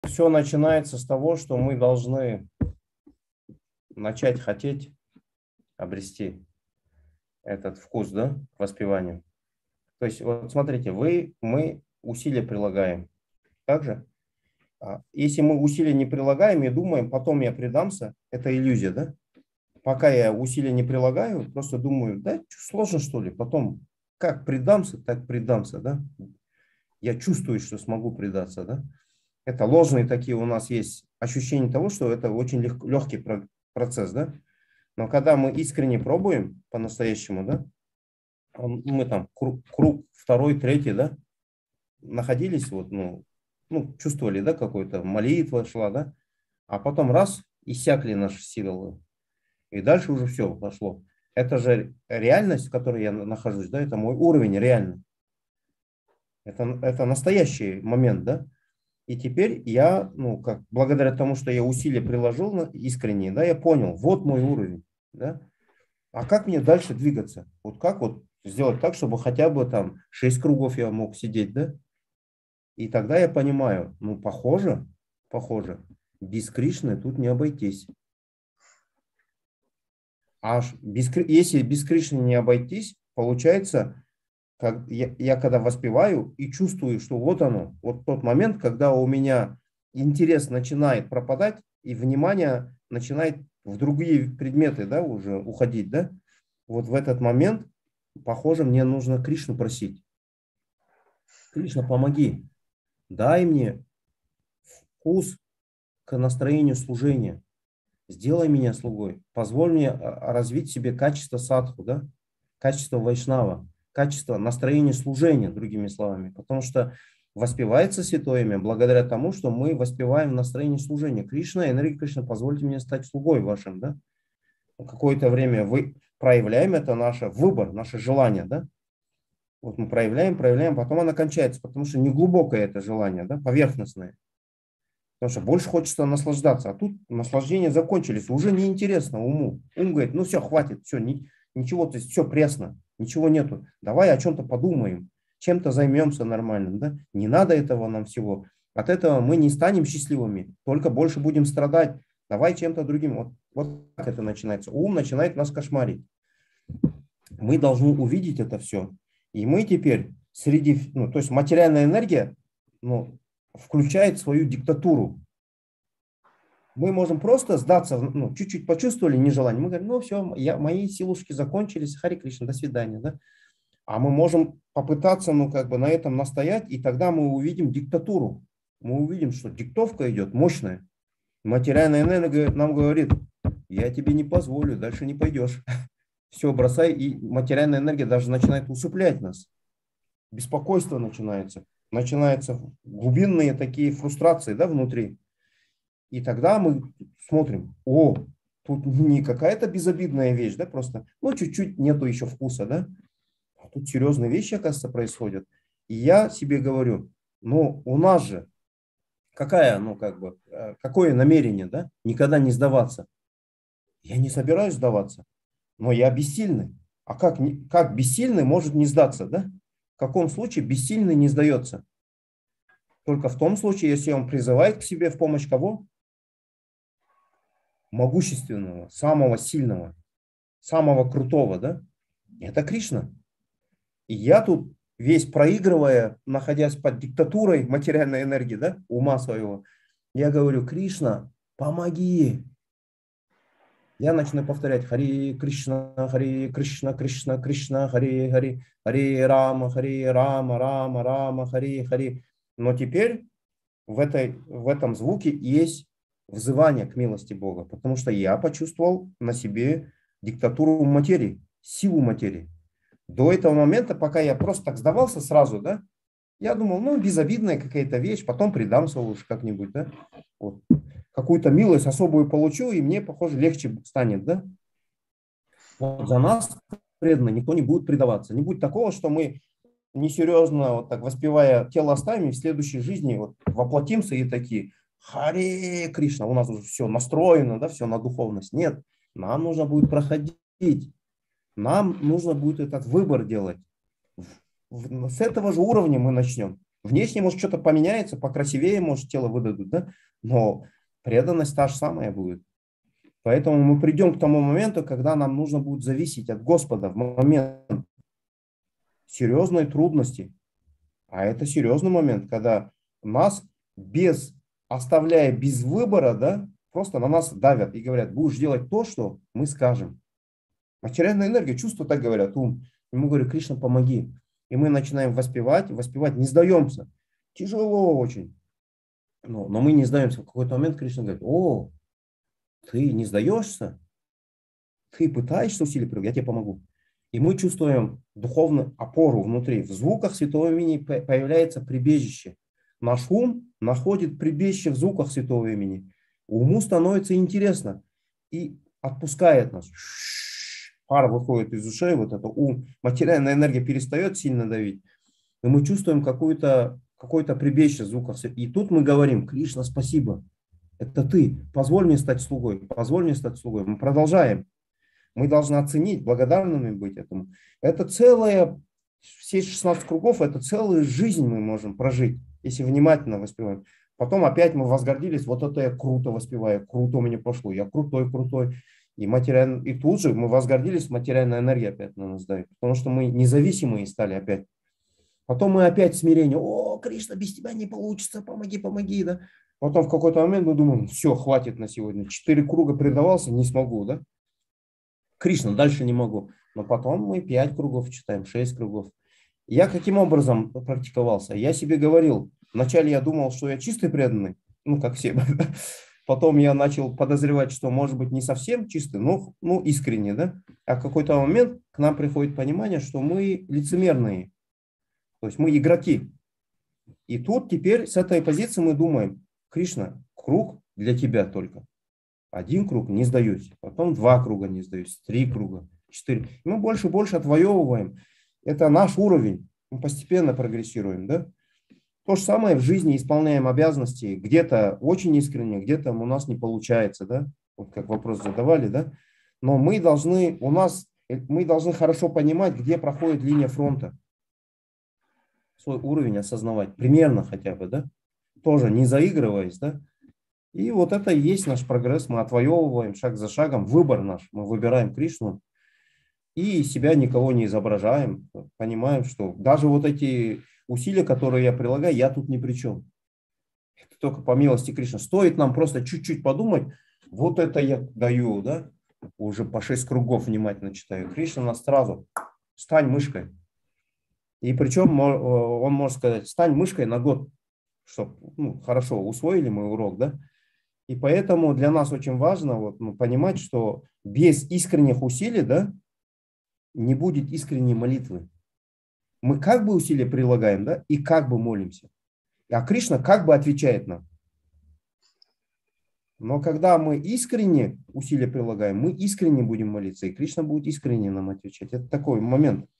Все начинается с того, что мы должны начать хотеть обрести этот вкус, да, к воспеванию. То есть, вот смотрите, мы усилия прилагаем. Также, если мы усилия не прилагаем и думаем, потом я предамся, это иллюзия, да? Пока я усилия не прилагаю, просто думаю, да, сложно что ли, потом как предамся, так предамся, да? Я чувствую, что смогу предаться, да? Это ложные такие у нас есть ощущения того, что это очень легкий процесс, да? Но когда мы искренне пробуем по-настоящему, да, мы там круг второй, третий, да, находились, вот, чувствовали, да, какой-то молитва шла, да, а потом раз, иссякли наши силы, и дальше уже все пошло. Это же реальность, в которой я нахожусь, да, это мой уровень реальный. Это настоящий момент, да. И теперь я, как благодаря тому, что я усилия приложил искренне, да, я понял, вот мой уровень, да. А как мне дальше двигаться? Вот как вот сделать так, чтобы хотя бы там 6 кругов я мог сидеть, да? И тогда я понимаю, похоже, без Кришны тут не обойтись. Если без Кришны не обойтись, получается, я когда воспеваю и чувствую, что вот оно, вот тот момент, когда у меня интерес начинает пропадать и внимание начинает в другие предметы, да, уже уходить, да, вот в этот момент, похоже, мне нужно Кришну просить. Кришна, помоги, дай мне вкус к настроению служения. Сделай меня слугой. Позволь мне развить в себе качество садху, да? Качество вайшнава, качество настроения служения, другими словами. Потому что воспевается Святое Имя благодаря тому, что мы воспеваем настроение служения. Кришна, энергия Кришны, позвольте мне стать слугой вашим, да? Какое-то время вы проявляем это наш выбор, наше желание, да? Вот мы проявляем, потом оно кончается, потому что неглубокое это желание, да, поверхностное. Потому что больше хочется наслаждаться. А тут наслаждения закончились. Уже неинтересно уму. Ум говорит, все, хватит, все, ничего, то есть все пресно, ничего нету. Давай о чем-то подумаем, чем-то займемся нормальным. Да? Не надо этого нам всего. От этого мы не станем счастливыми, только больше будем страдать. Давай чем-то другим. Вот как это начинается. Ум начинает нас кошмарить. Мы должны увидеть это все. И мы теперь то есть материальная энергия, включает свою диктатуру. Мы можем просто сдаться, чуть-чуть почувствовали нежелание. Мы говорим, все, мои силушки закончились, Хари Кришна, до свидания. Да? А мы можем попытаться, на этом настоять, и тогда мы увидим диктатуру. Мы увидим, что диктовка идет мощная. Материальная энергия нам говорит, я тебе не позволю, дальше не пойдешь. Все, бросай, и материальная энергия даже начинает усыплять нас. Беспокойство начинается. Начинаются глубинные такие фрустрации, да, внутри. И тогда мы смотрим, тут не какая-то безобидная вещь, да, просто, чуть-чуть нету еще вкуса, да. А тут серьезные вещи, оказывается, происходят. И я себе говорю, у нас же какое намерение, да, никогда не сдаваться. Я не собираюсь сдаваться, но я бессильный. А как бессильный может не сдаться, да? В каком случае бессильный не сдается? Только в том случае, если он призывает к себе в помощь кого? Могущественного, самого сильного, самого крутого, да? Это Кришна. И я тут весь проигрывая, находясь под диктатурой материальной энергии, да, ума своего, я говорю, Кришна, помоги. Я начну повторять Хари Кришна, Кришна, Кришна, Хари, Хари Рама, Рама, Рама, Хари, Хари. Но теперь в этом звуке есть взывание к милости Бога, потому что я почувствовал на себе диктатуру материи, силу материи. До этого момента, пока я просто так сдавался сразу, да, я думал, безобидная какая-то вещь, потом предамся уж как-нибудь, да, вот. Какую-то милость особую получу, и мне, похоже, легче станет, да. Вот за нас преданно никто не будет предаваться. Не будет такого, что мы несерьезно, вот так воспевая тело оставим, и в следующей жизни вот воплотимся и такие, Харе Кришна, у нас уже все настроено, да, все на духовность. Нет, нам нужно будет проходить, нам нужно будет этот выбор делать. С этого же уровня мы начнем. Внешне, может, что-то поменяется, покрасивее, может, тело выдадут, да? Но преданность та же самая будет. Поэтому мы придем к тому моменту, когда нам нужно будет зависеть от Господа в момент серьезной трудности. А это серьезный момент, когда нас оставляя без выбора, да, просто на нас давят и говорят, будешь делать то, что мы скажем. Материальная энергия, чувства так говорят, ум. Ему говорю, Кришна, помоги. И мы начинаем воспевать, не сдаемся. Тяжело очень. Но мы не сдаемся. В какой-то момент Кришна говорит, о, ты не сдаешься? Ты пытаешься усилий прилагать, я тебе помогу. И мы чувствуем духовную опору внутри. В звуках святого имени появляется прибежище. Наш ум находит прибежище в звуках святого имени. Уму становится интересно и отпускает нас. Пар выходит из ушей, вот это ум. Материальная энергия перестает сильно давить. И мы чувствуем какое-то прибежище в звуках. И тут мы говорим, Кришна, спасибо. Это ты. Позволь мне стать слугой. Позволь мне стать слугой. Мы продолжаем. Мы должны оценить, благодарными быть этому. Это все 16 кругов, это целую жизнь мы можем прожить, если внимательно воспеваем. Потом опять мы возгордились, вот это я круто воспеваю, круто у меня пошло, я крутой. И тут же мы возгордились, материальная энергия опять на нас давит, потому что мы независимые стали опять. Потом мы опять смирение, о, Кришна, без тебя не получится, помоги, да. Потом в какой-то момент мы думаем, все, хватит на сегодня, 4 круга предавался, не смогу, да. Кришна, дальше не могу. Но потом мы 5 кругов читаем, 6 кругов. Я каким образом практиковался? Я себе говорил, вначале я думал, что я чистый преданный, ну, как все. Потом я начал подозревать, что, может быть, не совсем чистый, но искренне, да. А в какой-то момент к нам приходит понимание, что мы лицемерные, то есть мы игроки. И тут теперь с этой позиции мы думаем, Кришна, круг для тебя только. 1 круг не сдаюсь, потом 2 круга не сдаюсь, 3 круга, 4. И мы больше и больше отвоевываем. Это наш уровень. Мы постепенно прогрессируем, да? То же самое в жизни, исполняем обязанности. Где-то очень искренне, где-то у нас не получается, да? Вот как вопрос задавали, да? Но мы должны хорошо понимать, где проходит линия фронта. Свой уровень осознавать. Примерно хотя бы, да? Тоже не заигрываясь, да? И вот это и есть наш прогресс. Мы отвоевываем шаг за шагом. Выбор наш. Мы выбираем Кришну. И себя никого не изображаем. Понимаем, что даже вот эти усилия, которые я прилагаю, я тут ни при чем. Это только по милости Кришны. Стоит нам просто чуть-чуть подумать. Вот это я даю, да? Уже по 6 кругов внимательно читаю. Кришна нас сразу. Стань мышкой. И причем он может сказать, стань мышкой на год. Чтобы хорошо усвоили мы урок, да? И поэтому для нас очень важно понимать, что без искренних усилий, да, не будет искренней молитвы. Мы как бы усилия прилагаем, да, и как бы молимся. А Кришна как бы отвечает нам. Но когда мы искренне усилия прилагаем, мы искренне будем молиться, и Кришна будет искренне нам отвечать. Это такой момент.